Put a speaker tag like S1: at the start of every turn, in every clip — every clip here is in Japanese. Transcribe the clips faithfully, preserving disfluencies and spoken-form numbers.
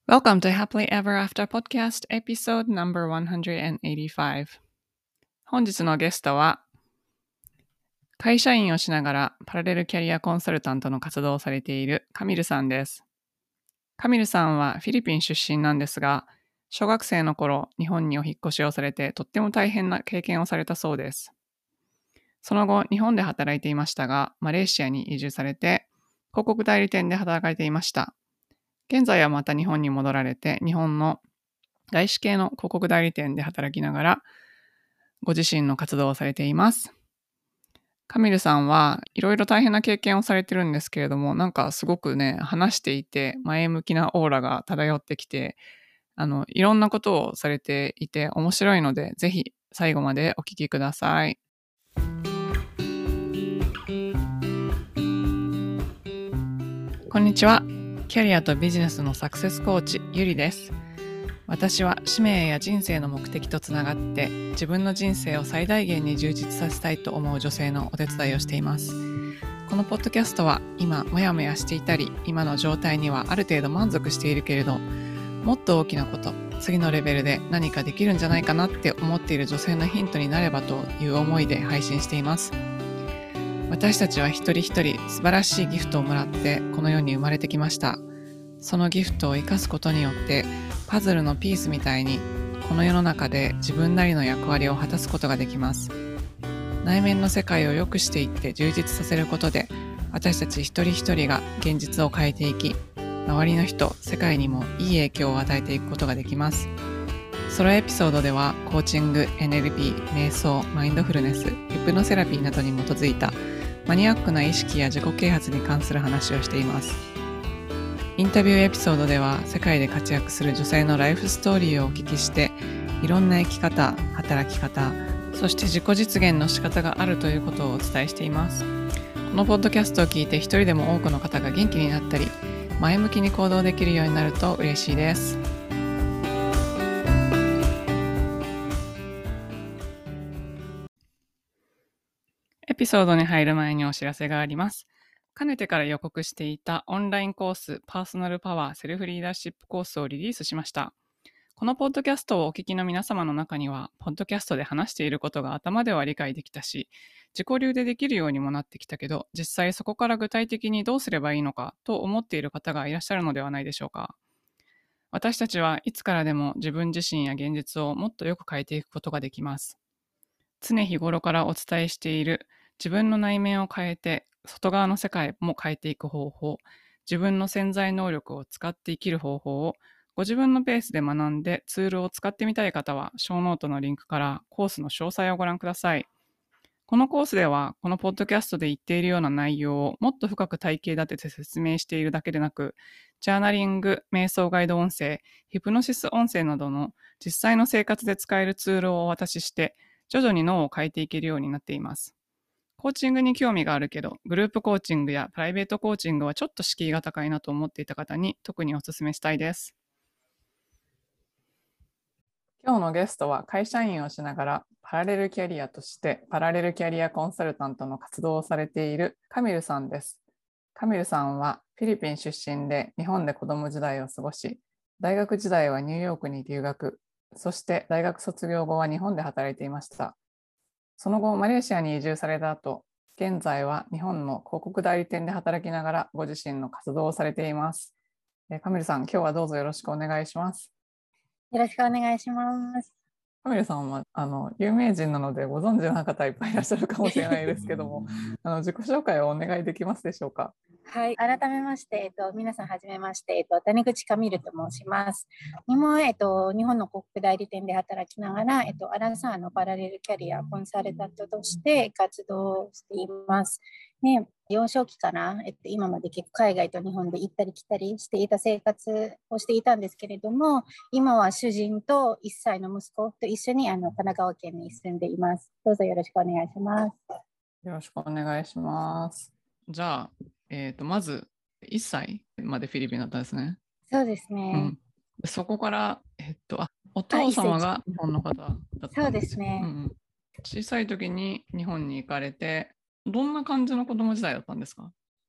S1: Welcome to Happily Ever After Podcast Episode ナンバーワンハンドレッドエイティファイブ。本日のゲストは会社員をしながらパラレルキャリアコンサルタントの活動をされているカミルさんです。カミルさんはフィリピン出身なんですが、小学生の頃日本にお引っ越しをされてとっても大変な経験をされたそうです。その後日本で働いていましたが、マレーシアに移住されて広告代理店で働かれていました。現在はまた日本に戻られて、日本の外資系の広告代理店で働きながら、ご自身の活動をされています。カミルさんはいろいろ大変な経験をされてるんですけれども、なんかすごくね、話していて前向きなオーラが漂ってきて、あの、いろんなことをされていて面白いので、ぜひ最後までお聞きください。こんにちは。キャリアとビジネスのサクセスコーチ、ゆりです。私は使命や人生の目的とつながって自分の人生を最大限に充実させたいと思う女性のお手伝いをしています。このポッドキャストは今モヤモヤしていたり、今の状態にはある程度満足しているけれど、もっと大きなこと、次のレベルで何かできるんじゃないかなって思っている女性のヒントになればという思いで配信しています。私たちは一人一人素晴らしいギフトをもらってこの世に生まれてきました。そのギフトを生かすことによってパズルのピースみたいにこの世の中で自分なりの役割を果たすことができます。内面の世界を良くしていって充実させることで、私たち一人一人が現実を変えていき、周りの人、世界にもいい影響を与えていくことができます。ソロエピソードではコーチング、エヌエルピー、瞑想、マインドフルネス、ヒプノセラピーなどに基づいたマニアックな意識や自己啓発に関する話をしています。インタビューエピソードでは世界で活躍する女性のライフストーリーをお聞きして、いろんな生き方、働き方、そして自己実現の仕方があるということをお伝えしています。このポッドキャストを聞いて一人でも多くの方が元気になったり、前向きに行動できるようになると嬉しいです。エピソードに入る前にお知らせがあります。かねてから予告していたオンラインコースパーソナルパワーセルフリーダーシップコースをリリースしました。このポッドキャストをお聞きの皆様の中には、ポッドキャストで話していることが頭では理解できたし、自己流でできるようにもなってきたけど、実際そこから具体的にどうすればいいのかと思っている方がいらっしゃるのではないでしょうか。私たちはいつからでも自分自身や現実をもっとよく変えていくことができます。常日頃からお伝えしている自分の内面を変えて外側の世界も変えていく方法、自分の潜在能力を使って生きる方法をご自分のペースで学んでツールを使ってみたい方は、ショーノートのリンクからコースの詳細をご覧ください。このコースでは、このポッドキャストで言っているような内容をもっと深く体系立てて説明しているだけでなく、ジャーナリング、瞑想ガイド音声、ヒプノシス音声などの実際の生活で使えるツールをお渡しして、徐々に脳を変えていけるようになっています。コーチングに興味があるけど、グループコーチングやプライベートコーチングはちょっと敷居が高いなと思っていた方に特にお勧めしたいです。今日のゲストは会社員をしながらパラレルキャリアとしてパラレルキャリアコンサルタントの活動をされているカミルさんです。カミルさんはフィリピン出身で日本で子供時代を過ごし、大学時代はニューヨークに留学、そして大学卒業後は日本で働いていました。その後マレーシアに移住された後、現在は日本の広告代理店で働きながらご自身の活動をされています。カミルさん、今日はどうぞよろしくお願いします。
S2: よろしくお願いします。
S1: カミルさんはあの有名人なのでご存知の方いっぱいいらっしゃるかもしれないですけどもあの自己紹介をお願いできますでしょうか。
S2: はい、改めまして、えっと、皆さんはじめまして、えっと、谷口カミルと申します。日本、えっと、日本の広告代理店で働きながら、えっと、アラサーのパラレルキャリアコンサルタントとして活動しています。ね、幼少期から、えっと、今まで結構海外と日本で行ったり来たりしていた生活をしていたんですけれども、今は主人といっさいの息子と一緒にあの神奈川県に住んでいます。どうぞよろしくお願いします。
S1: よろしくお願いします。じゃあ、えーと、まずいっさいまでフィリピンだったんですね。
S2: そうですね。
S1: うん、そこから、えっと、あお父様が日本の方だったんですよ。
S2: そうですね。
S1: うんうん、小さい時に日本に行かれて、どんな感じの子供時代だったんですか？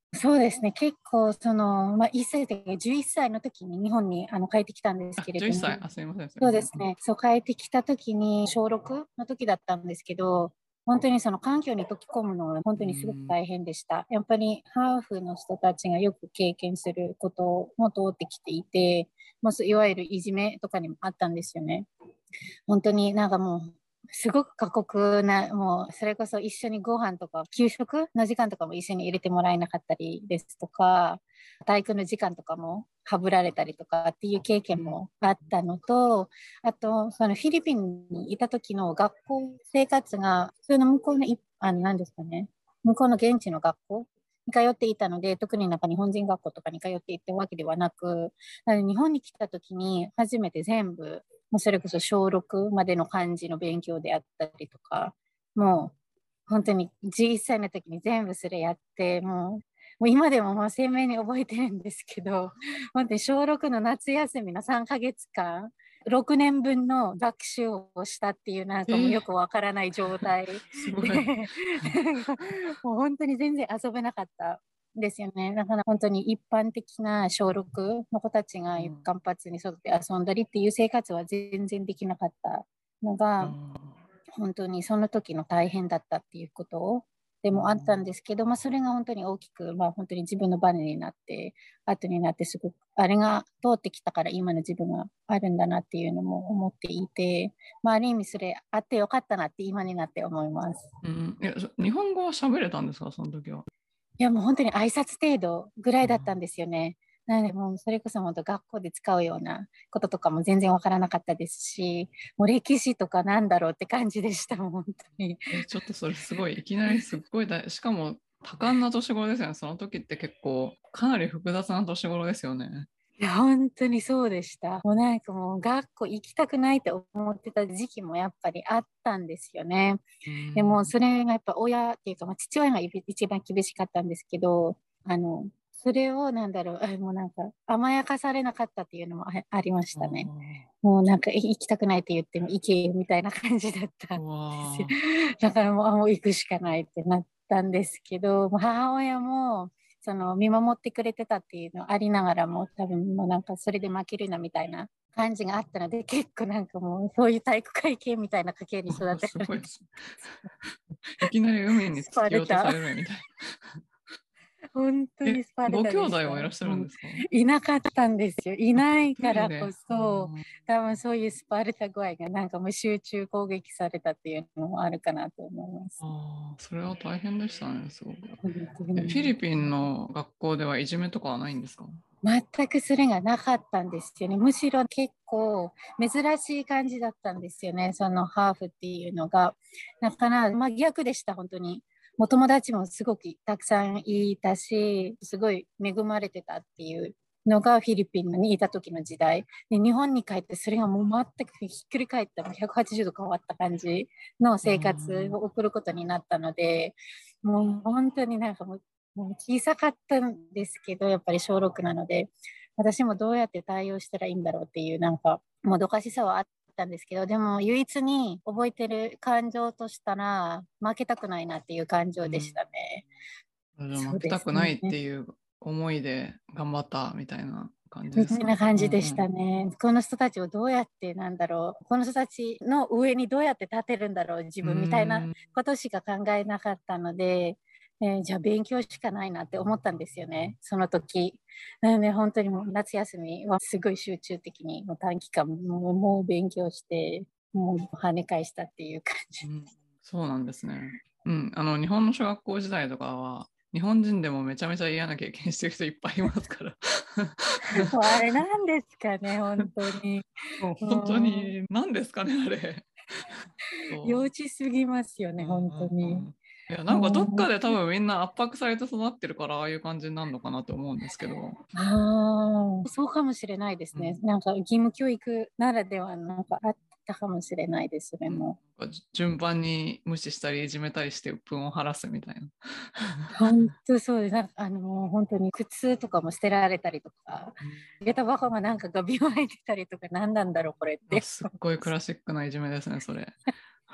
S2: そうですね。結構、その、まあ、いっさいでじゅういっさいの時に日本にあの帰ってきたんです
S1: あ、
S2: けれ
S1: 11
S2: ども、
S1: 歳。あ、すいません、すいません。
S2: そうですね。そう帰ってきた時に小ろくの時だったんですけど、本当にその環境に溶き込むのは本
S1: う
S2: 当にすごく
S1: ん。
S2: 大変でした。やっぱりハーフの人たちがよく経験することも通ってきていて、もういわゆるいじめとかにもあったんですよね。本当になんかもう、すごく過酷な、もうそれこそ一緒にご飯とか、給食の時間とかも一緒に入れてもらえなかったりですとか、体育の時間とかもはぶられたりとかっていう経験もあったのと、あと、そのフィリピンにいた時の学校生活が、その向こうのい、あの、何ですかね、向こうの現地の学校に通っていたので、特になんか日本人学校とかに通っていたわけではなく、なので日本に来た時に初めて全部、もうそれこそ小ろくまでの漢字の勉強であったりとか、もう本当にじゅういっさいの時に全部それやって、もう、もう今でももう鮮明に覚えてるんですけど、本当に小ろくの夏休みのさんかげつかん、ろくねんぶんの学習をしたっていうなんかもうよ
S1: えー、
S2: くわからない状態
S1: すごい。
S2: で、もう本当に全然遊べなかったですよね。だから本当に一般的な小ろくの子たちが
S1: うん。
S2: 活発に外で遊んだりっていう生活は全然できなかったのが、
S1: あ
S2: 本当にその時の大変だったっていうことで
S1: ー、う
S2: もあったん
S1: ん。
S2: ですけど、まあ、それが本当に大きく、まあ、本当に自分のバネになって、後になってすごく、あれが通ってきたから今の自分があるんだなっていうのも思っていて、まあ、ある意味それあってよかったなって今になって思います。
S1: うん。いや、そ日本語は喋れたんですか、その時は。
S2: いや、もう本当に挨拶程度ぐらいだったん
S1: あ
S2: ですよね。なので、もうそれこそ本当学校で使うようなこととかも全然わからなかったですし、もう歴史とかなんだろうって感じでした、もう本当に。
S1: ーえ、ちょっとそれすごい、いきなりすっごい大、しかも多感な年頃ですよね。その時って結構、かなり複雑な年頃ですよね。
S2: いや、本当にそうでした。もうなんかもう学校行きたくないって思ってた時期もやっぱりあったんですよね。
S1: う
S2: でも
S1: ん。
S2: それがやっぱ親っていうか、まあ、父親が一番厳しかったんですけど、あの、それをなんだろう、あもうなんか甘やかされなかったっていうのもあありまし
S1: あ
S2: たね。
S1: ー、
S2: もうなんかい行きたくないって言っても行けよみたいな感じだったん
S1: う
S2: ですよ。
S1: わ
S2: だからもう、あもう行くしかないってなったんですけど、もう母親もその見守ってくれてたっていうのありながらも、多分もうなんかそれで負けるなみたいな感じがあったので、結構なんかもうそういう体育会系みたいな家系に育
S1: ー、
S2: て
S1: す
S2: られて、
S1: ごいです。いきなり海に
S2: ス
S1: 突き落とさ
S2: パルタ。
S1: れるみたい
S2: 本当
S1: な。え、
S2: にスパル
S1: ご兄
S2: タでした。
S1: 弟はいらっしゃ
S2: うん、
S1: るんですか？
S2: いなかったんですよ。い
S1: あ、
S2: ない
S1: 一
S2: からこ
S1: 人で。
S2: そ、多分そういうスパルタ具合がなんかもう集中攻撃されたっていうのもあるかなと思います。
S1: ああ、それは大変でしたね、すごく。
S2: 本当
S1: え、フィリ
S2: に
S1: ピンの学校ではいじめとかはないんですか？
S2: 全くそれがなかったんですよね。むしろ結構珍しい感じだったんですよね。そのハーフっていうのが。だから、まあ逆でした、本当に。もう友達もすごくたくさんいたし、すごい恵まれてたっていうのがフィリピンにいた時の時代。で、日本に帰ってそれがもう全くひっくり返ったひゃくはちじゅうど変わった感じの
S1: あ
S2: 生活を送ることになったので、もう本当になんかもうもう小さかったんですけど、やっぱり小ろくなので、私もどうやって対応したらいいんだろうっていう、なんか、もどかしさはあったんですけど、でも唯一に覚えてる感情としたら、負けたくないなっていう感
S1: ー、うん。
S2: 情でしたね。
S1: じゃあ負
S2: そうです
S1: けたくないって
S2: ね。
S1: いう思いで頑張ったみたいな感じ
S2: みたいな
S1: ですか？うんう
S2: 感じでした
S1: ん。
S2: ね。この人たちをどうやって、なんだろう、この人たちの上にどうやって立てるんだろう、自
S1: うー
S2: 分みたいな
S1: ん。
S2: ことしか考えなかったので、えーじゃあ勉強しかないなって思ったんですよね、その時。なので本当にもう夏休みはすごい集中的にもう短期間もうもう勉強して、もう跳ね返したっていう感じ。
S1: うん、そうなんですね。うん。あの、日本の小学校時代とかは、日本人でもめちゃめちゃ嫌な経験してる人いっぱいいますから。
S2: もうあれなんですかね、本当に。
S1: もう本当
S2: もう
S1: に何ですかね、あれ。
S2: 幼
S1: そ
S2: 稚すぎますよ
S1: う。う
S2: ね、本当
S1: んうん
S2: に。
S1: うん。いや、なんかどっか
S2: も
S1: で多分みんな圧迫されて育ってるから、ああいう感じになるのかなと思うんですけど。
S2: ああ、そうかもしれないですね。
S1: うん。
S2: なんか義務教育ならではなんかあったかもしれないです、それ
S1: うん。
S2: も。
S1: なんか順番に無視したり、いじめたりして鬱憤を晴らすみたいな。
S2: 本当そうです。なんかあの、本当に靴とかも捨てられたりとか、
S1: うん。
S2: 下駄箱がなんかガビ巻いてたりとか、何なんだろう、これっ
S1: あ、
S2: て。
S1: すっごいクラシックないじめですね、それ。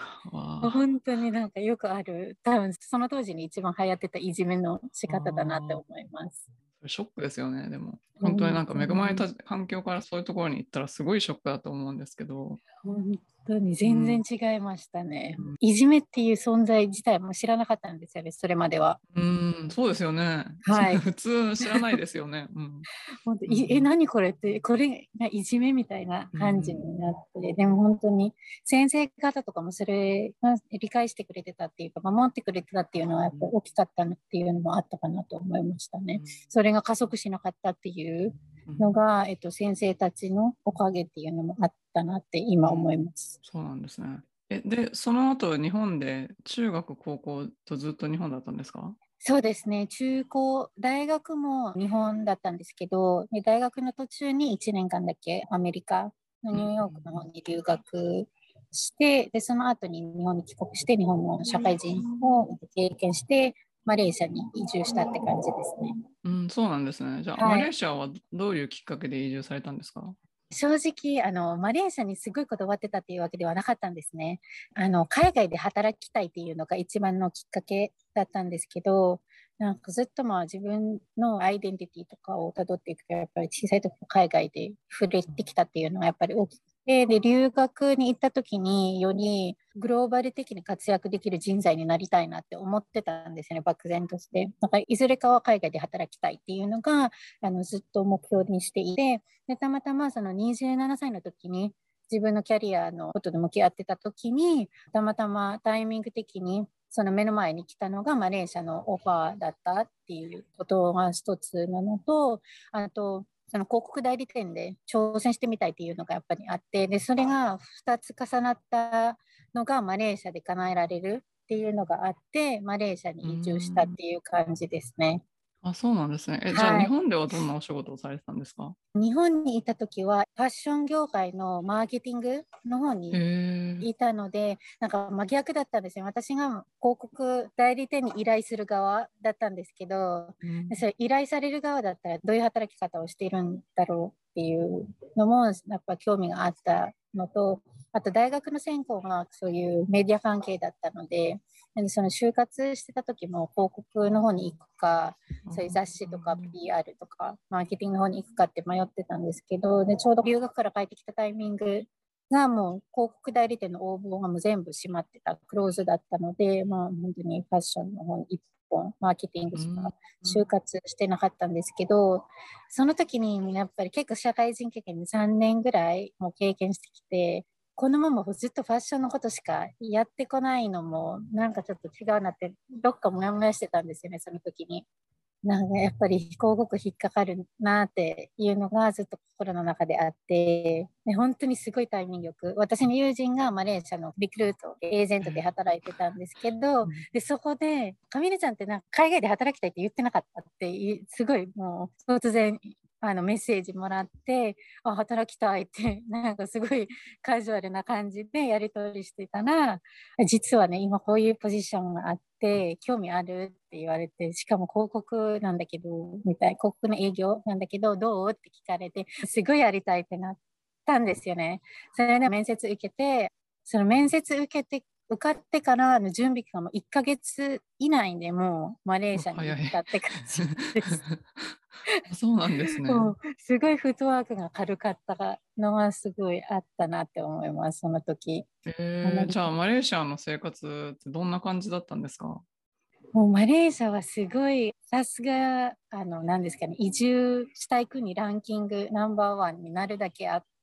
S1: わ
S2: 本当になんかよくある、多分その当時に一番流行ってたいじめの仕
S1: あ、
S2: 方だなって
S1: ああ、
S2: 思います。
S1: それショックですよね、でも。本当になんか
S2: 本当
S1: 恵まれた
S2: に。
S1: 環境からそういうところに行ったらすごいショックだと思うんですけど。
S2: 本当に
S1: うん。
S2: 全然違いましたね。
S1: うん、
S2: いじめっていう存在自体も知らなかったんですよね、それまでは。
S1: うん、そうですよね。
S2: はい。
S1: 普通知らないですよね。うん。
S2: 本当いえ、
S1: うん。
S2: 何これって、これがいじめみたいな
S1: うん。
S2: 感じになって、でも本当に先生方とかもそれが理解してくれてたっていうか、守ってくれてたっていうのはやっぱり大きかったなっていうのもあったかなと思いましたね。
S1: うん。
S2: それが加速しなかったっていう
S1: うん。
S2: のが、えっと、先生たちのおかげっていうのもあったなって今思います。
S1: そうなんですね。え、で、その後日本で中学、高校とずっと日本だったんですか？
S2: そうですね。中高、大学も日本だったんですけど、で大学の途中にいちねんかんだけアメリカの
S1: うん。
S2: ニューヨークの方に留学して、で、その後に日本に帰国して、日本の社会人を経験して、マレーシアに移住したって感じですね。
S1: うん、そうなんですね。じゃあ、マ
S2: はい。
S1: レーシアはどういうきっかけで移住されたんですか？
S2: 正直、あの、マレーシアにすごいこだわってたっていうわけではなかったんですね。あの、海外で働きたいっていうのが一番のきっかけだったんですけど、なんかずっとまあ自分のアイデンティティとかをたどっていくと、やっぱり小さい時も海外で触れてきたっていうのはやっぱり大きくて、で、留学に行った時によりグローバル的に活躍できる人材になりたいなって思ってたんですよね、漠然として。なんかいずれかは海外で働きたいっていうのが、あの、ずっと目標にしていて、で、たまたまそのにじゅうななさいの時に自分のキャリアのことで向き合ってた時に、たまたまタイミング的にその目の前に来たのがマレーシアのオファーだったっていうことが一つなのと、あと、その広告代理店で挑戦してみたいっていうのがやっぱりあって、で、それがふたつ重なったのがマレーシアで叶えられるっていうのがあって、マレーシア
S1: うー
S2: に移住したっ
S1: ん。
S2: ていう感じですね。
S1: あ、そうなんですね。え、じゃあ、日
S2: はい。
S1: 本ではどんなお仕事をされてたんですか？
S2: 日本にいた時は、ファッション業界のマーケティングの方
S1: へ
S2: に
S1: え。
S2: いたので、なんか真逆だったんですよ。私が広告代理店に依頼する側だったんですけど、
S1: うん。
S2: それ依頼される側だったらどういう働き方をしているんだろうっていうのも、やっぱ興味があったのと、あと大学の専攻がそういうメディア関係だったので、その就活してた時も広告の方に行くか、そういう雑誌とか ピーアール とかマーケティングの方に行くかって迷ってたんですけど、でちょうど留学から帰ってきたタイミングがもう広告代理店の応募がもう全部閉まってた、クローズだったので、まあ本当にファッションの方に一本、マーケティング
S1: うん。
S2: しか就活してなかったんですけど、その時にやっぱり結構社会人経験さんねんぐらいもう経験してきて、このままずっとファッションのことしかやってこないのもなんかちょっと違うなってどっかもやもやしてたんですよね、その時に。なんかやっぱり広告引っかかるなっていうのがずっと心の中であって、で本当にすごいタイミングよく、私の友人がマレーシアのリクルート、エージェントで働いてたんですけど、
S1: うん。
S2: でそこで、カミルちゃんってなんか海外で働きたいって言ってなかったっていう、すごいもう突然あのメッセージもらって、あ、働きたいって、なんかすごいカジュアルな感じでやり取りしてたら、実はね、今こういうポジションがあって、興味あるって言われて、しかも広告なんだけど、みたい、広告の営業なんだけど、どうって聞かれて、すごいやりたいってなったんですよね。それで面接受けて、その面接受けて、受かってからの準備期間もいっかげつ以内でもうマレーシャに行っ
S1: 早い。
S2: たって感じです。
S1: そうなんですね。
S2: もうすごいフットワークが軽かったのはすごいあったなって思います、その時。ア
S1: えー、
S2: メリカ
S1: じゃあ、マレーシアの生活ってどんな感じだったんですか？
S2: もうマレーシアはすごい、さすが、あの、なんですかね、移住したい国ランキングナンバーワンになるだけあって、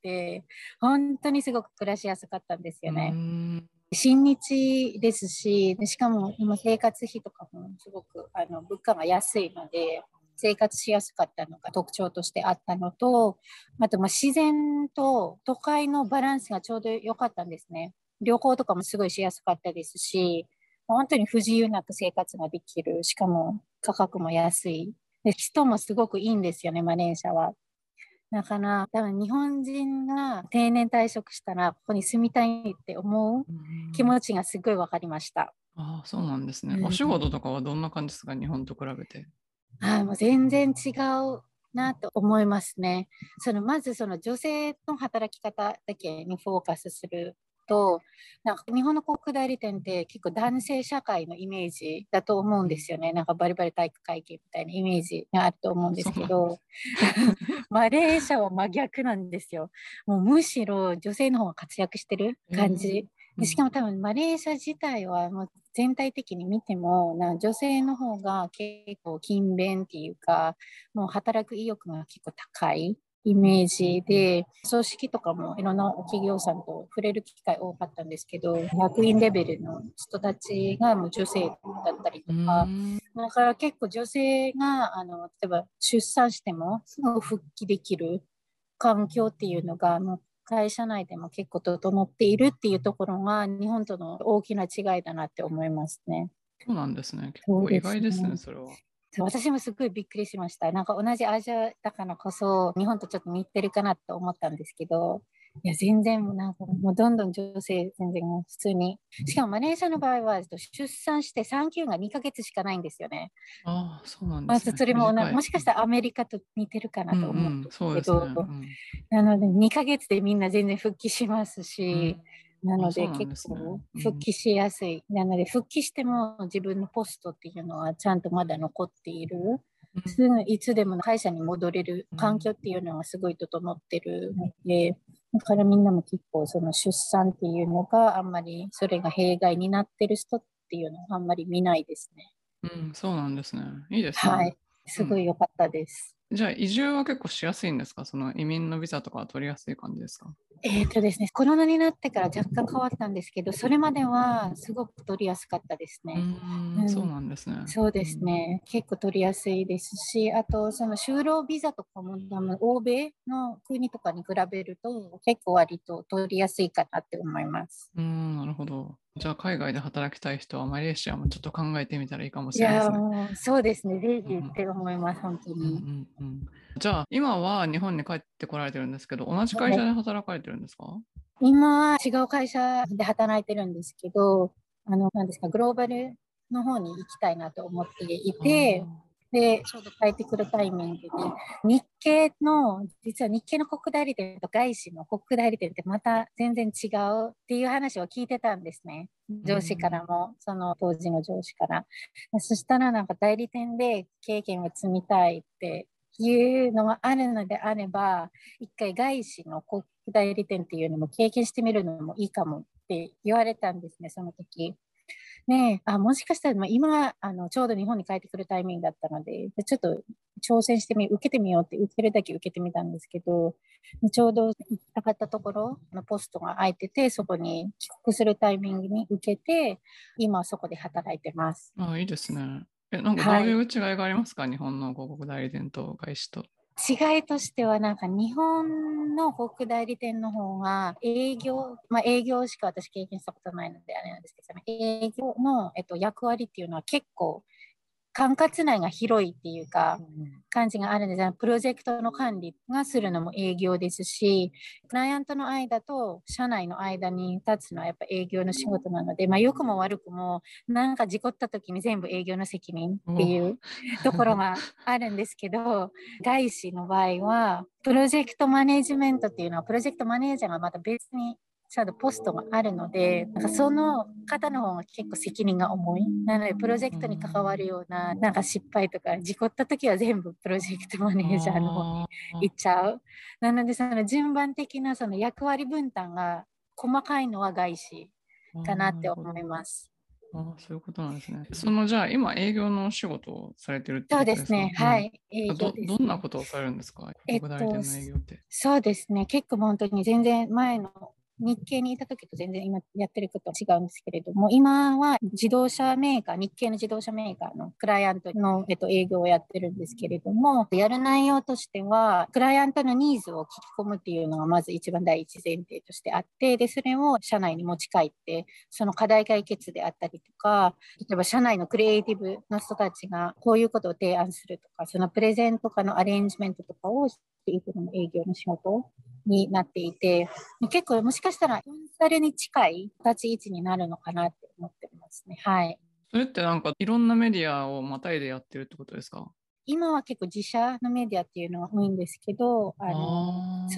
S2: 本当にすごく暮らしやすかったんです
S1: うー
S2: よね。
S1: ん。
S2: 親日ですし、しかも今生活費とかもすごくあの物価が安いので、生活しやすかったのが特徴としてあったのと、あとまあ自然と都会のバランスがちょうど良かったんですね。旅行とかもすごいしやすかったですし、本当に不自由なく生活ができる。しかも価格も安い。で、人もすごくいいんですよね、マレーシアは。だから、多分日本人が定年退職したら、ここに住みたいって思う
S1: うーん。
S2: 気持ちがすごい分かりました。
S1: ああ、そうなんですね。お
S2: うん、
S1: 仕事とかはどんな感じですか、日本と比べて。
S2: あ、もう全然違うなと思いますね。そのまずその女性の働き方だけにフォーカスすると、なんか日本の広告代理店って結構男性社会のイメージだと思うんですよね。なんかバリバリ体育会系みたいなイメージがあると思うんですけど、マレーシアは真逆なんですよ。もうむしろ女性の方が活躍してる感じ。でしかも多分マレーシア自体はもう全体的に見てもな女性の方が結構勤勉っていうか、もう働く意欲が結構高いイメージで、組織とかもいろんな企業さんと触れる機会多かったんですけど、役員レベルの人たちがもう女性だったりとか、だから結構女性があの例えば出産してもすぐ復帰できる環境っていうのがもう会社内でも結構整っているっていうところが日本との大きな違いだなって思いますね。
S1: そうなんですね。結構意外ですね、それは。
S2: 私もすごいびっくりしました。なんか同じアジアだからこそ日本とちょっと似てるかなと思ったんですけど、いや全然もうなんかもうどんどん女性全然普通に。しかもマネージャーの場合は出産して産休がにかげつしかないんですよね。
S1: ああ、そうなんで
S2: まず
S1: すね。
S2: それもな
S1: 短い。
S2: もしかしたらアメリカと似てるかな
S1: うん
S2: と思うん
S1: うん、
S2: です
S1: そうですね。
S2: けど、
S1: うん、
S2: なのでにかげつでみんな全然復帰します
S1: う
S2: し、
S1: ん、
S2: なの
S1: あ、そう
S2: で結
S1: なんですね。
S2: 構
S1: うん、
S2: 復帰しやすい。なので復帰しても自分のポストっていうのはちゃんとまだ残っている。
S1: うん、
S2: すぐいつでも会社に戻れる環境
S1: うん、
S2: っていうのがすごい整ってるので、だからみんなも結構その出産っていうのがあんまりそれが弊害になってる人っていうのはあんまり見ないですね。
S1: うん、そうなんですね。いいですね。
S2: はい。すご
S1: うん。
S2: い良かったです。
S1: じゃあ、移住は結構しやすいんですか？その移民のビザとかは取りやすい感じですか？
S2: えっとですね、コロナになってから若干変わったんですけど、それまではすごく取りやすかったです
S1: う
S2: ね。
S1: ーん、そう
S2: うん、
S1: なんですね。
S2: そうです
S1: うん、
S2: ね。結構取りやすいですし、あと、その就労ビザとかも、あの欧米の国とかに比べると、結構割と取りやすいかなって思います。
S1: うーん、なるほど。じゃあ、海外で働きたい人はマレーシアもちょっと考えてみたらいいかも
S2: いやー、
S1: しれないですね。
S2: もうそうですね。ぜひっ
S1: うん、
S2: て思います、本当
S1: うん、う
S2: に。
S1: ん、うん。じゃあ、今は日本に帰ってこられてるんですけど、同じ会社で働かれてるんですか？
S2: 今は違う会社で働いてるんですけど、あの、なんですか、グローバルの方に行きたいなと思ってい
S1: あ
S2: て、
S1: あ、
S2: で、ちょうど帰ってくるタイミングで、日系の、実は日系の国内代理店と外資の国代理店ってまた全然違うっていう話を聞いてたんですね。
S1: う
S2: 上司か
S1: ん、
S2: らも、その当時の上司から。そしたらなんか代理店で経験を積みたいっていうのがあるのであれば、一回外資の国代理店っていうのも経験してみるのもいいかもって言われたんですね、その時。ねえ、あ、もしかしたら、まあ、今、あの、ちょうど日本に帰ってくるタイミングだったので、ちょっと挑戦してみ、受けてみようって、受けるだけ受けてみたんですけど、ちょうど行きたかったところのポストが空いてて、そこに帰国するタイミングに受けて、今はそこで働いてます。
S1: ああ、いいですね。え、なんかど
S2: はい。
S1: ういう違いがありますか？日本の広告代理店と外資と。
S2: 違いとしては、なんか日本の広告代理店の方が営業、まあ営業しか私経験したことないのであれなんですけど、営業の、えっと、役割っていうのは結構管轄内が広いっていうか、感じがあるんですが、プロジェクトの管理がするのも営業ですし、クライアントの間と社内の間に立つのはやっぱ営業の仕事なので、まあ良くも悪くも、なんか事故った時に全部営業の責任って
S1: お
S2: いうところがあるんですけど、外資の場合は、プロジェクトマネジメントっていうのは、プロジェクトマネージャーがまた別にちゃんとポストがあるので、なんかその方の方が結構責任が重い。なので、プロジェクトに関わるような、なんか失敗とか、事故った時は全部プロジェクトマネージャーの方に
S1: ああ、
S2: 行っちゃう。なので、その順番的なその役割分担が細かいのは外資
S1: ああ、
S2: かなって思
S1: なるほど。
S2: います。
S1: ああ、そういうことなんですね。その、じゃあ、今、営業のお仕事をされてるって
S2: そう
S1: ことですか？
S2: ですね。
S1: うん。
S2: はい。営業
S1: ど、どんな
S2: ですね。
S1: ことをされるんですか？
S2: えっ
S1: 広告代理
S2: と、
S1: 店の営業って。
S2: そうですね。結構本当に全然前の日系にいた時と全然今やってることは違うんですけれども、今は自動車メーカー、日系の自動車メーカーのクライアントの、えっと、営業をやってるんですけれども、やる内容としては、クライアントのニーズを聞き込むっていうのがまず一番第一前提としてあって、で、それを社内に持ち帰って、その課題解決であったりとか、例えば社内のクリエイティブの人たちがこういうことを提案するとか、そのプレゼンとかのアレンジメントとかをしていくのも営業の仕事になっていて、結構もしかしたらコンサルに近い立ち位置になるのかなって思ってますね。はい。
S1: それってなんか、いろんなメディアをまたいでやってるってことですか？
S2: 今は結構自社のメディアっていうのが多いんですけど、あの、
S1: あ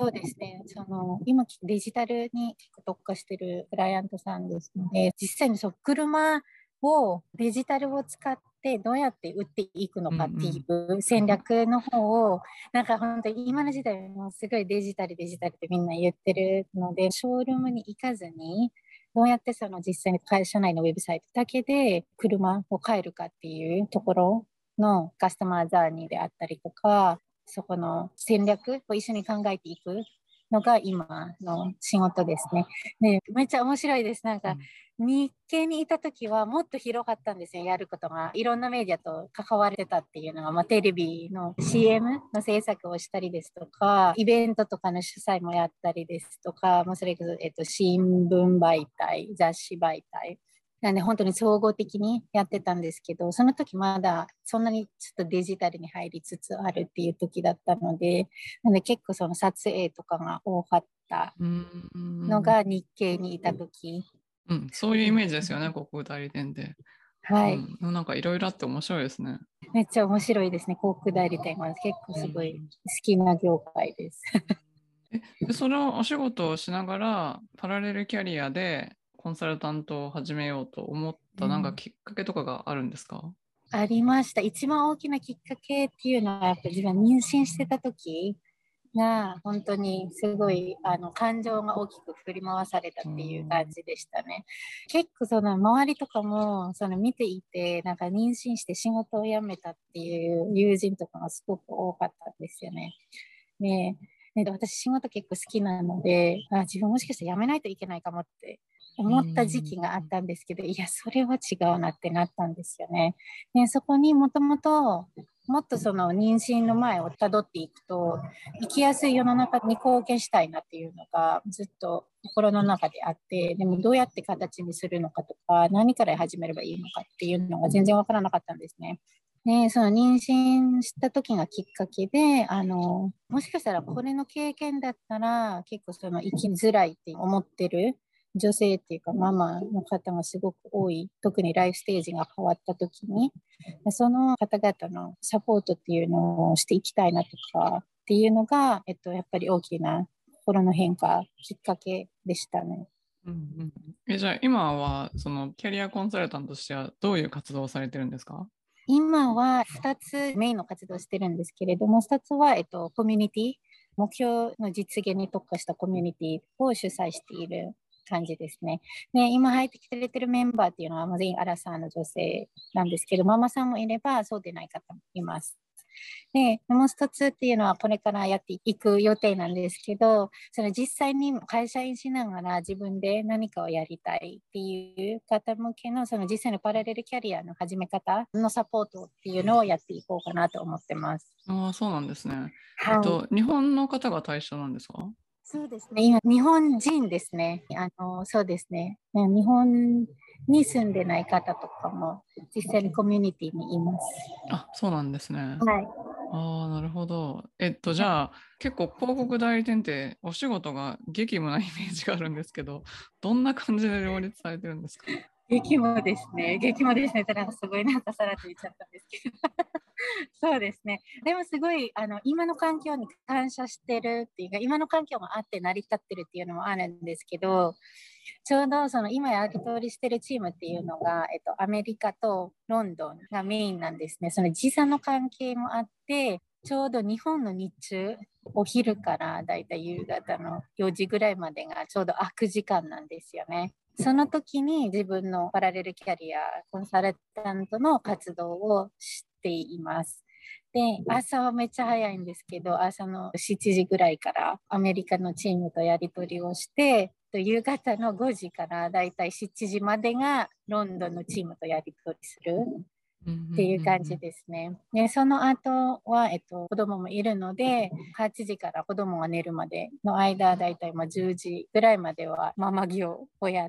S2: そうですね。その今デジタルに特化しているクライアントさんですので、実際にそう車をデジタルを使ってどうやって売っていくのかっていう戦略の方を、なんか本当に今の時代もすごいデジタルデジタルってみんな言ってるので、ショールームに行かずにどうやってその実際に会社内のウェブサイトだけで車を買えるかっていうところのカスタマーザーニーであったりとか、そこの戦略を一緒に考えていくのが今の仕事ですね。で、めっちゃ面白いです。なんか、日系にいた時はもっと広かったんですよ、やることが。いろんなメディアと関われてたっていうのが、まあ、テレビの シーエム の制作をしたりですとか、イベントとかの主催もやったりですとか、もうそれこそ、えっと、新聞媒体、雑誌媒体。なんで本当に総合的にやってたんですけど、その時まだそんなにちょっとデジタルに入りつつあるっていう時だったので、なんで結構その撮影とかが多かったのが日系にいた時。
S1: うん、そういうイメージですよね、広告代理店で。
S2: はい。
S1: うん、なんかいろいろあって面白いですね。
S2: めっちゃ面白いですね、広告代理店は。結構すごい好きな業界です。
S1: えでそのお仕事をしながら、パラレルキャリアでコンサルタントを始めようと思ったなんかきっかけとかがあるんですか？
S2: ありました。一番大きなきっかけっていうのは、やっぱ自分妊娠してた時が、本当にすごいあの感情が大きく振り回されたっていう感じでしたね。結構その周りとかもその見ていて、なんか妊娠して仕事を辞めたっていう友人とかがすごく多かったんですよね。ねで私仕事結構好きなので、あ、自分もしかして辞めないといけないかもって思った時期があったんですけど、いや、それは違うなってなったんですよね。でそこにもともともっとその妊娠の前をたどっていくと、生きやすい世の中に貢献したいなっていうのがずっと心の中であって、でもどうやって形にするのかとか、何から始めればいいのかっていうのが全然わからなかったんですね。で、その妊娠した時がきっかけで、あの、もしかしたらこれの経験だったら結構その生きづらいって思ってる女性っていうかママの方がすごく多い。特にライフステージが変わった時に、その方々のサポートっていうのをしていきたいなとかっていうのが、えっと、やっぱり大きな心の変化、きっかけでしたね。
S1: うんうん、えじゃあ今はそのキャリアコンサルタントとしてはどういう活動をされてるんですか？
S2: 今はふたつメインの活動をしてるんですけれども、ふたつは、えっと、コミュニティ、目標の実現に特化したコミュニティを主催している感じですね。で、今入ってきてくれてるメンバーっていうのは全員アラサーの女性なんですけど、ママさんもいればそうでない方もいます。で、もう一つっていうのはこれからやっていく予定なんですけど、その実際に会社員しながら自分で何かをやりたいっていう方向けのその実際のパラレルキャリアの始め方のサポートっていうのをやっていこうかなと思ってます。
S1: ああ、そうなんですね。えっ
S2: はい。
S1: と、日本の方が対象なんですか？
S2: そうですね。今、日本人ですね。あの、そうですね。日本に住んでない方とかも実際にコミュニティにいます。
S1: あ、そうなんですね。
S2: はい。
S1: ああ、なるほど。えっと、じゃあ、結構広告代理店ってお仕事が激務なイメージがあるんですけど、どんな感じで両立されてるんですか？
S2: 激務ですね。激務ですね。ただ、すごいなんかさらっと言っちゃったんですけど。そうですね。でもすごい、あの、今の環境に感謝してるっていうか、今の環境があって成り立ってるっていうのもあるんですけど、ちょうどその今やり取りしてるチームっていうのが、えっと、アメリカとロンドンがメインなんですね。その時差の関係もあって、ちょうど日本の日中、お昼からだいたい夕方のよじぐらいまでがちょうど空く時間なんですよね。その時に自分のパラレルキャリア、コンサルタントの活動をしています。で、朝はめっちゃ早いんですけど、朝のしちじぐらいからアメリカのチームとやり取りをして、夕方のごじからだいたいしちじまでがロンドンのチームとやり取りするっていう感じですね。で、その後は、えっと、子供もいるので、はちじから子供が寝るまでの間、だいたいまあじゅうじぐらいまではママ業をやって、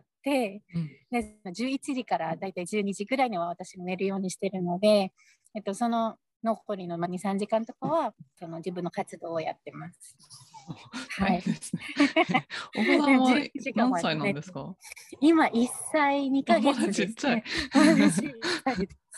S2: でじゅういちじからだいたいじゅうにじぐらいには私寝るようにしてるので、えっと、その残りのに、さんじかんとかはその自分の活動をやってます。
S1: 大
S2: はい。
S1: 変ですね。お子さんは
S2: じゅういちじかん
S1: 何歳
S2: はね、
S1: なんですか？
S2: 今いっさいにか
S1: あ、ま
S2: げつ
S1: だちっちゃい。
S2: ですね。まだ小さいです。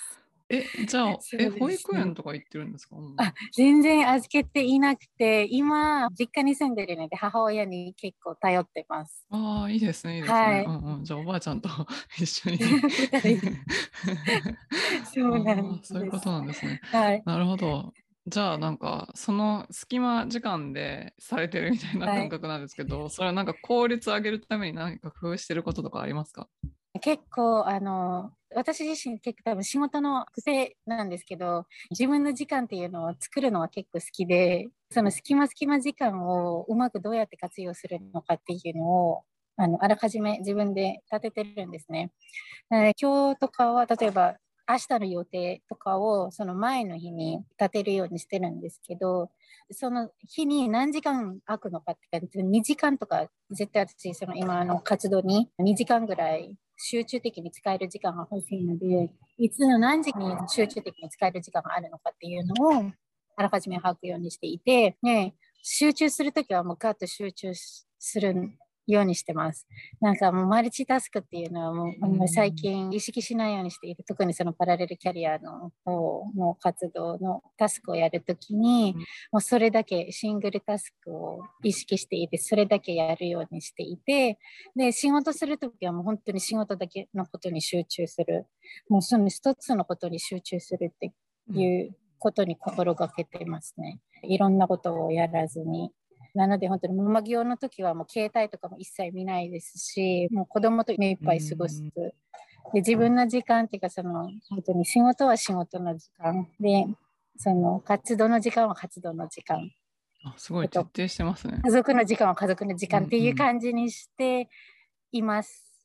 S1: え、じゃあ、え、
S2: そう
S1: 保
S2: ですね。
S1: 育園とか行ってるんですか？うん、
S2: あ、全然預けていなくて、今、実家に住んでるので、母親に結構頼ってます。
S1: ああ、いいですね、いいですね。
S2: はい。
S1: うんうん。じゃあ、おばあちゃんと一緒に
S2: ふたりで。そうなん
S1: ああ、そういうこと
S2: です。
S1: なんですね。
S2: はい。
S1: なるほど。じゃあ、なんか、その隙間時間でされてるみたいな
S2: はい。
S1: 感覚なんですけど、それはなんか効率上げるために何か工夫してることとかありますか？
S2: 結構、あの、私自身結構多分仕事の癖なんですけど、自分の時間っていうのを作るのは結構好きで、その隙間隙間時間をうまくどうやって活用するのかっていうのを、あの、あらかじめ自分で立ててるんですね。なので今日とかは、例えば明日の予定とかをその前の日に立てるようにしてるんですけど、その日に何時間空くのかってか、にじかんとか、絶対私、その今の活動ににじかんぐらい集中的に使える時間が欲しいので、いつの何時に集中的に使える時間があるのかっていうのをあらかじめ把握ようにしていて、ね、集中するときはもうガッと集中するようにしてます。なんかもうマルチタスクっていうのはもうあんまり最近意識しないようにしている。特にそのパラレルキャリアの方の活動のタスクをやるときに、もうそれだけシングルタスクを意識していて、それだけやるようにしていて、で、仕事するときはもう本当に仕事だけのことに集中する。もうその一つのことに集中するっていうことに心がけてますね。いろんなことをやらずに。なので本当にママ業の時はもう携帯とかも一切見ないですし、もう子供と目いっ
S1: う
S2: ぱい過ごす。
S1: ん。
S2: で、自分の時間っていうか、その本当に仕事は仕事の時間で、その活動の時間は活動の時間。
S1: あ、すご
S2: えっと、
S1: い徹底してますね。
S2: 家族の時間は家族の時
S1: う
S2: 間っていう
S1: ん
S2: 感じにしています。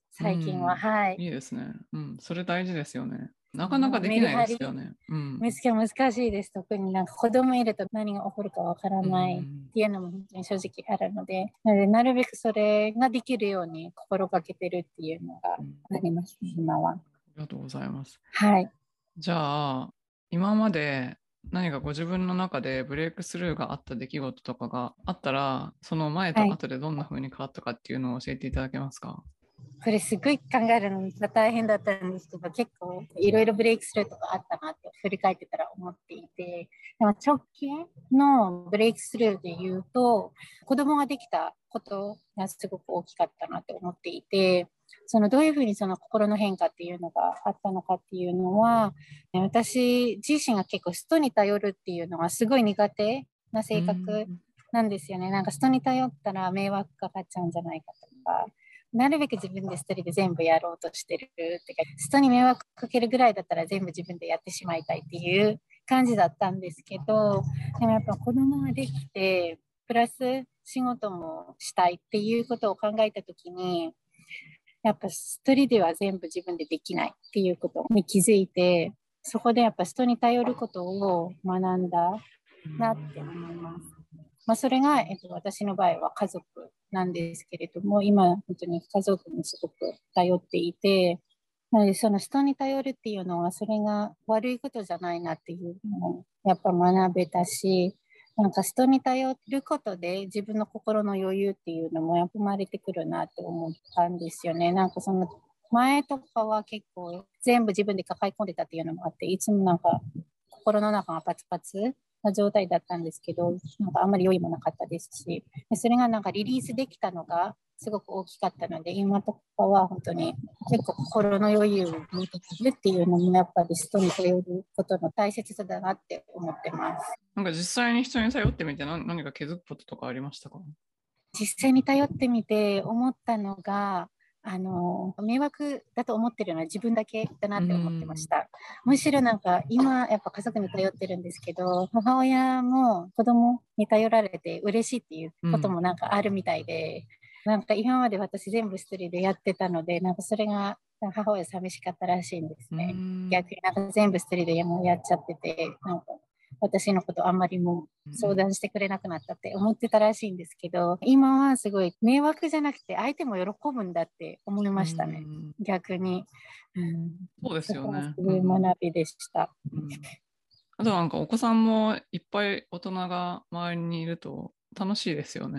S1: うん。う
S2: 最近は。
S1: ん。
S2: はい。
S1: いいですね。うん。それ大事ですよね。なかなか
S2: もうメ
S1: できないで
S2: リハリ、
S1: すよね。うん。
S2: 見つけ難しいです。特になんか子供いると何が起こるかわから
S1: う
S2: ないっ
S1: ん。
S2: ていうのも本当に正直あるので、なのでなるべくそれができるように心がけてるっていうのが
S1: うん。
S2: ありますね、今は。
S1: ありがとうございます。
S2: はい。
S1: じゃあ、今まで何かご自分の中でブレイクスルーがあった出来事とかがあったら、その前
S2: はい。
S1: と後でどんな風に変わったかっていうのを教えていただけますか？
S2: これすごい考えるのが大変だったんですけど、結構いろいろブレイクスルーとかあったなって振り返ってたら思っていて、でも直近のブレイクスルーで言うと、子供ができたことがすごく大きかったなって思っていて、そのどういうふうにその心の変化っていうのがあったのかっていうのは、私自身が結構人に頼るっていうのがすごい苦手な
S1: う
S2: 性格
S1: ん。
S2: なんですよね。なんか人に頼ったら迷惑かかっちゃうんじゃないかとか、なるべく自分で一人で全部やろうとしてるってか、人に迷惑かけるぐらいだったら全部自分でやってしまいたいっていう感じだったんですけど、でもやっぱ子供ができて、プラス仕事もしたいっていうことを考えたときに、やっぱ一人では全部自分でできないっていうことに気づいて、そこでやっぱ人に頼ることを学んだなって思います。まあ、それが、えっと、私の場合は家族なんですけれども、今、本当に家族にすごく頼っていて、なので、その人に頼るっていうのは、それが悪いことじゃないなっていうのを、やっぱ学べたし、なんか人に頼ることで自分の心の余裕っていうのもやっぱ生まれてくるなって思ったんですよね。なんかその前とかは結構全部自分で抱え込んでたっていうのもあって、いつもなんか心の中がパツパツな状態だったんですけど、なんかあんまり余裕もなかったですし、それがなんかリリースできたのがすごく大きかったので、今とかは本当に結構心の余裕を持ててるっていうのもやっぱり人に頼ることの大切さだなって思ってます。
S1: なんか実際に人に頼ってみて何何か気づくこととかありましたか？
S2: 実際に頼ってみて思ったのが、あの、迷惑だと思ってるのは自分だけだな
S1: う
S2: って思ってまし
S1: ん。
S2: た。むしろなんか今やっぱ家族に頼ってるんですけど、母親も子供に頼られて嬉しいっていうこと
S1: うん。
S2: もなんかあるみたいで、なんか今まで私全部一人でやってたので、なんかそれが母親寂しかったらしいんです
S1: う
S2: ね。
S1: ん。
S2: 逆になんか全部一人でもうやっちゃってて、なんか私のことあんまりもう相談してくれなくなったって思ってたらしいんですけど、今はすごい迷惑じゃなくて相手も喜ぶんだって思い
S1: う
S2: ましたね。
S1: ん。
S2: 逆に。うん、
S1: そうです
S2: そこはす
S1: よね。う
S2: ごい
S1: ん。
S2: 学びでした。
S1: うん。あとなんかお子さんもいっぱい大人が周りにいると楽しいですよね。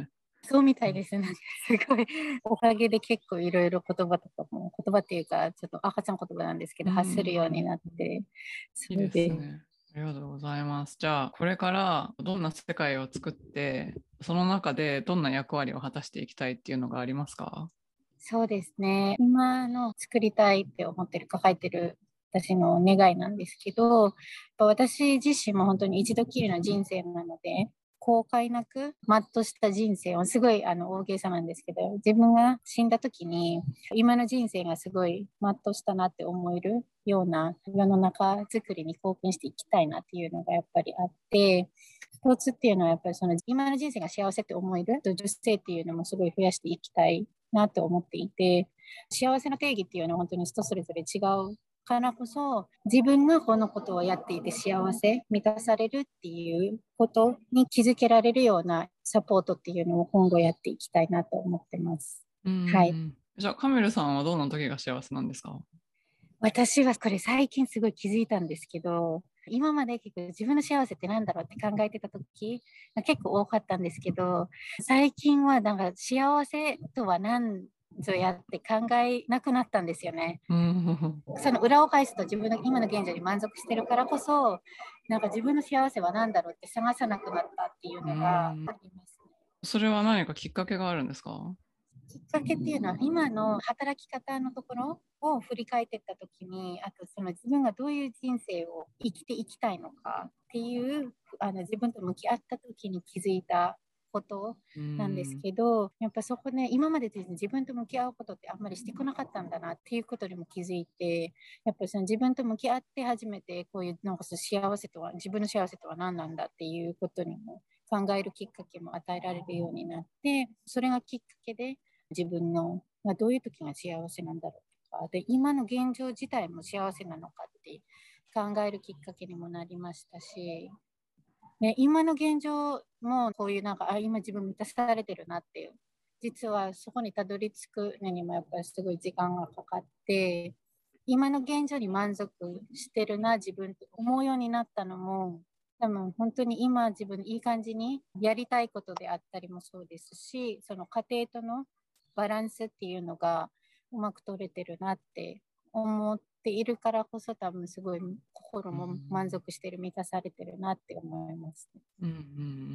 S2: そうみたいです。なんかすごい、おかげで結構いろいろ言葉とかも、言葉っていうか、ちょっと赤ちゃん言葉なんですけど、
S1: うん
S2: 発するように
S1: うん。
S2: なって、そ
S1: いいで
S2: うで
S1: すね。ありがとうございます。じゃあ、これからどんな世界を作って、その中でどんな役割を果たしていきたいっていうのがありますか？
S2: そうですね。今の作りたいって思ってる、抱えてる私の願いなんですけど、やっぱ私自身も本当に一度きりの人生なので、後悔なく、全うした人生を、すごいあの大げさなんですけど、自分が死んだ時に、今の人生がすごい全うしたなって思えるような世の中づくりに貢献していきたいなっていうのがやっぱりあって、一つっていうのはやっぱりその今の人生が幸せって思える女性っていうのもすごい増やしていきたいなと思っていて、幸せの定義っていうのは本当に人それぞれ違うからこそ、自分がこのことをやっていて幸せ、満たされるっていうことに気づけられるようなサポートっていうのを今後やっていきたいなと思ってます。
S1: う
S2: はい。
S1: ん。じゃあ、カメルさんはどんな時が幸せなんですか？
S2: 私はこれ最近すごい気づいたんですけど、今まで結構自分の幸せって何だろうって考えてた時結構多かったんですけど、最近はなんか幸せとは何ぞやって考えなくなったんですよね。
S1: うん。
S2: その裏を返すと自分の今の現状に満足してるからこそ、なんか自分の幸せは何だろうって探さなくなったっていう
S1: う
S2: のがあ
S1: ん。
S2: りますね。
S1: それは何かきっかけがあるんですか？
S2: きっかけっていうのは今の働き方のところを振り返っていったときに、あとその自分がどういう人生を生きていきたいのかっていうあの自分と向き合ったときに気づいたこと
S1: う
S2: なんです
S1: ん。
S2: けど、やっぱそこね、今までですね、自分と向き合うことってあんまりしてこなかったんだなっていうことにも気づいて、やっぱりその自分と向き合って初めてこういうなんかその幸せとは、自分の幸せとは何なんだっていうことにも考えるきっかけも与えられるようになって、それがきっかけで自分の、まあ、どういう時が幸せなんだろうとか、で、今の現状自体も幸せなのかって考えるきっかけにもなりましたし、ね、今の現状もこういうなんか、あ、今自分満たされてるなっていう、実はそこにたどり着くのにもやっぱりすごい時間がかかって、今の現状に満足してるな、自分と思うようになったのも、多分本当に今自分いい感じにやりたいことであったりもそうですし、その家庭とのバランスっていうのがうまく取れてるなって思っているからこそ、多分すごい心
S1: う
S2: も満
S1: ん。
S2: 足してる、満たされてるなって思います。
S1: うんうんうん。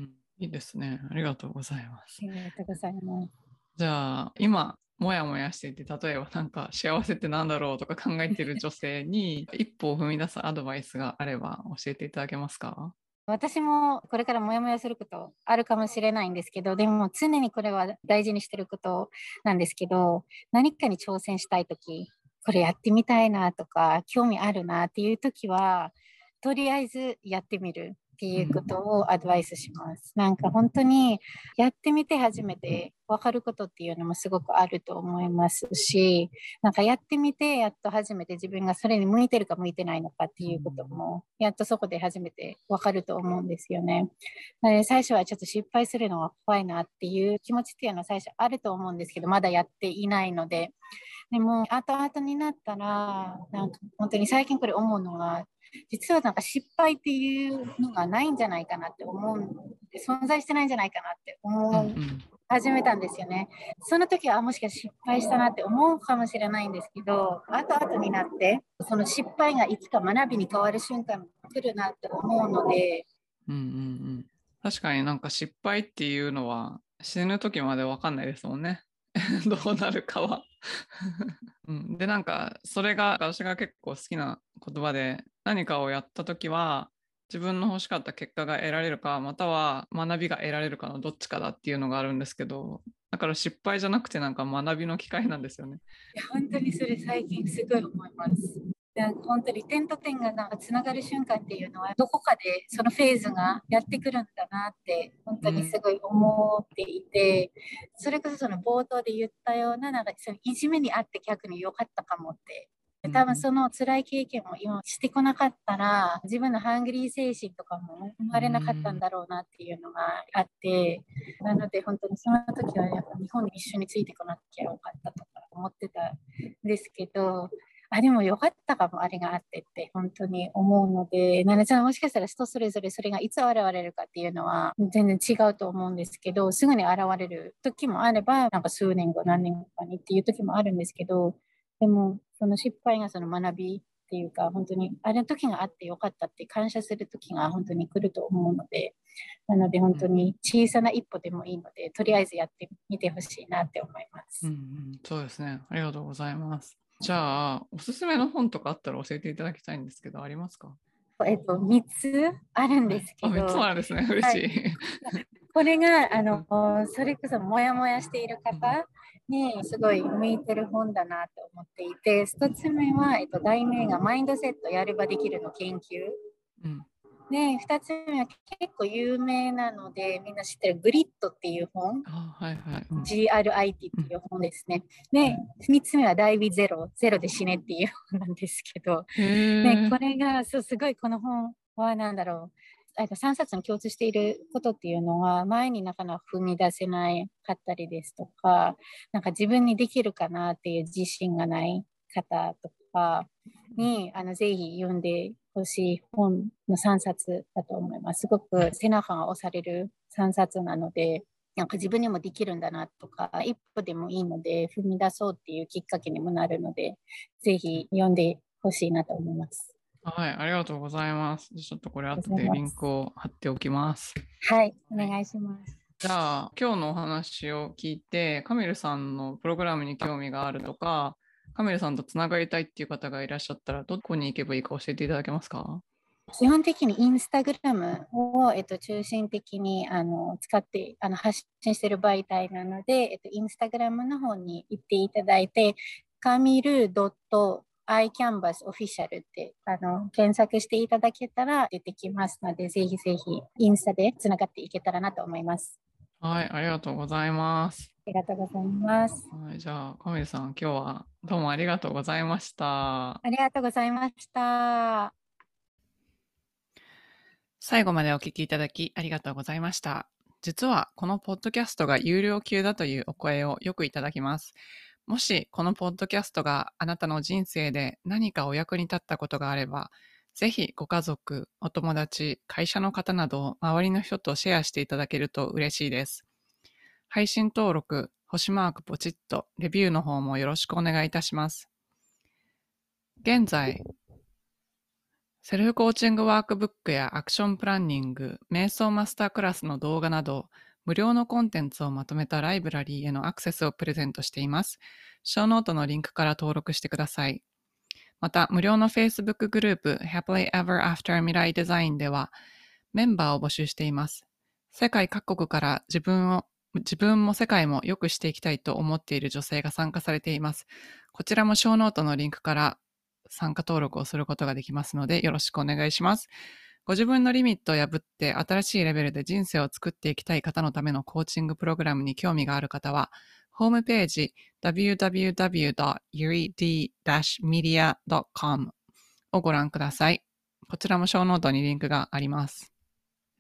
S1: いいですね。ありがとうございます。
S2: ありがとうございます。
S1: じゃあ、今、もやもやしていて、例えばなんか幸せってなんだろうとか考えている女性に一歩を踏み出すアドバイスがあれば教えていただけますか？
S2: 私もこれからモヤモヤすることあるかもしれないんですけど、でも常にこれは大事にしてることなんですけど、何かに挑戦したいとき、これやってみたいなとか、興味あるなっていうときは、とりあえずやってみるっていうこ
S1: うん。
S2: とをアドバイスします。なんか本当にやってみて初めて分かることっていうのもすごくあると思いますし、なんかやってみてやっと初めて自分がそれに向いてるか向いてないのかっていうことも、やっとそこで初めて分かると思うんですよね。なので最初はちょっと失敗するのが怖いなっていう気持ちっていうのは最初あると思うんですけど、まだやっていないので。でも後々になったら、なんか本当に最近これ思うのは、実はなんか失敗っていうのがないんじゃないかなって思う、存在してないんじゃないかなって思う
S1: うんうん。
S2: 始めたんですよね。その時はもしかして失敗したなって思うかもしれないんですけど、後々になって、その失敗がいつか学びに変わる瞬間が来るなって思うので、
S1: うんうんうん。確かになんか失敗っていうのは死ぬ時までわかんないですもんね。どうなるかは。うん、で、なんかそれが私が結構好きな言葉で、何かをやった時は自分の欲しかった結果が得られるか、または学びが得られるかのどっちかだっていうのがあるんですけど、だから失敗じゃなくてなんか学びの機会なんですよね。
S2: いや本当にそれ最近すごい思います。なんか本当に点と点がなんかつながる瞬間っていうのはどこかでそのフェーズがやってくるんだなって本当にす
S1: うん。
S2: ごい思っていて、それこそその冒頭で言ったような、なんかそのいじめにあって逆に良かったかもって多分
S1: うん
S2: その辛い経験を今してこなかったら自分のハングリー精神とかも生
S1: う
S2: まれなかったん
S1: ん。
S2: だろうなっていうのがあって、なので本当にその時はやっぱ日本に一緒についてこなきゃよかったとか思ってたんですけど、 あ、でもよかったかも、あれがあってって本当に思うので、なので、もしかしたら人それぞれそれがいつ現れるかっていうのは全然違うと思うんですけど、すぐに現れる時もあれば、なんか数年後、何年後かにっていう時もあるんですけど、でも、その失敗がその学びっていうか、本当にあれの時があってよかったって感謝する時が本当に来ると思うので、なので本当に小さな一歩でもいいので、とりあえずやってみてほしいなって思いま
S1: うんう
S2: す。
S1: ん、そうですね。ありがとうございます。じゃあ、おすすめの本とかあったら教えていただきたいんですけど、ありますか？
S2: えっと、みっつあるん
S1: はい。
S2: です
S1: あ、みっつも
S2: けど、
S1: あるんですね。嬉
S2: はい。
S1: しい。
S2: これが、あの、
S1: うん
S2: それこそモヤモヤしている方にすごい向いてる本だなと思っていて、一つ目は、えっと、題名がマインドセットやればできるの研究。
S1: うん。
S2: で、二つ目は結構有名なので、みんな知ってるグリッドっていう本。
S1: あ、はいはい。うん。
S2: ジーアールアイティー っ
S1: うん。
S2: ていう本ですね。で、三つ目はダイビゼロ、ゼロで死ねっていう本なんですけど、
S1: へ
S2: ね、
S1: え。
S2: これが、そう、すごいこの本は何だろう。あのさんさつに共通していることっていうのは、前になかなか踏み出せないかったりですとか、なんか自分にできるかなっていう自信がない方とかに、あのぜひ読んでほしい本のさんさつだと思います。すごく背中が押されるさんさつなので、なんか自分にもできるんだなとか、一歩でもいいので踏み出そうっていうきっかけにもなるので、ぜひ読んでほしいなと思います。
S1: はい、ありがとうございます。ちょっとこれ
S2: ありがと
S1: 後でリン
S2: うございます。
S1: クを貼っておきます。
S2: はい、お
S1: はい。
S2: 願いします。
S1: じゃあ、今日のお話を聞いて、カミルさんのプログラムに興味があるとか、カミルさんとつながりたいっていう方がいらっしゃったら、どこに行けばいいか教えていただけますか？
S2: 基本的にインスタグラムを、えっと、中心的にあの使ってあの発信している媒体なので、えっと、インスタグラムの方に行っていただいて、カミル .iCanvasOfficial ってあの検索していただけたら出てきますので、ぜひぜひインスタでつながっていけたらなと思います。
S1: はい、ありがとうございます。
S2: ありがとうございます。
S1: はい、じゃあ、カミルさん、今日はどうもありがとうございました。
S2: ありがとうございました。
S1: 最後までお聞きいただきありがとうございました。実はこのポッドキャストが有料級だというお声をよくいただきます。もしこのポッドキャストがあなたの人生で何かお役に立ったことがあれば、ぜひご家族、お友達、会社の方など周りの人とシェアしていただけると嬉しいです。配信登録、星マークポチッと、レビューの方もよろしくお願いいたします。現在、セルフコーチングワークブックやアクションプランニング、瞑想マスタークラスの動画など、無料のコンテンツをまとめたライブラリーへのアクセスをプレゼントしています。ショーノートのリンクから登録してください。また、無料の Facebook グループ Happily Ever After 未来デザインでは、メンバーを募集しています。世界各国から自分を自分も世界も良くしていきたいと思っている女性が参加されています。こちらもショーノートのリンクから参加登録をすることができますので、よろしくお願いします。ご自分のリミットを破って新しいレベルで人生を作っていきたい方のためのコーチングプログラムに興味がある方は、ホームページ ダブリューダブリューダブリュードットユリディーメディアドットコム をご覧ください。こちらもショーノートにリンクがあります。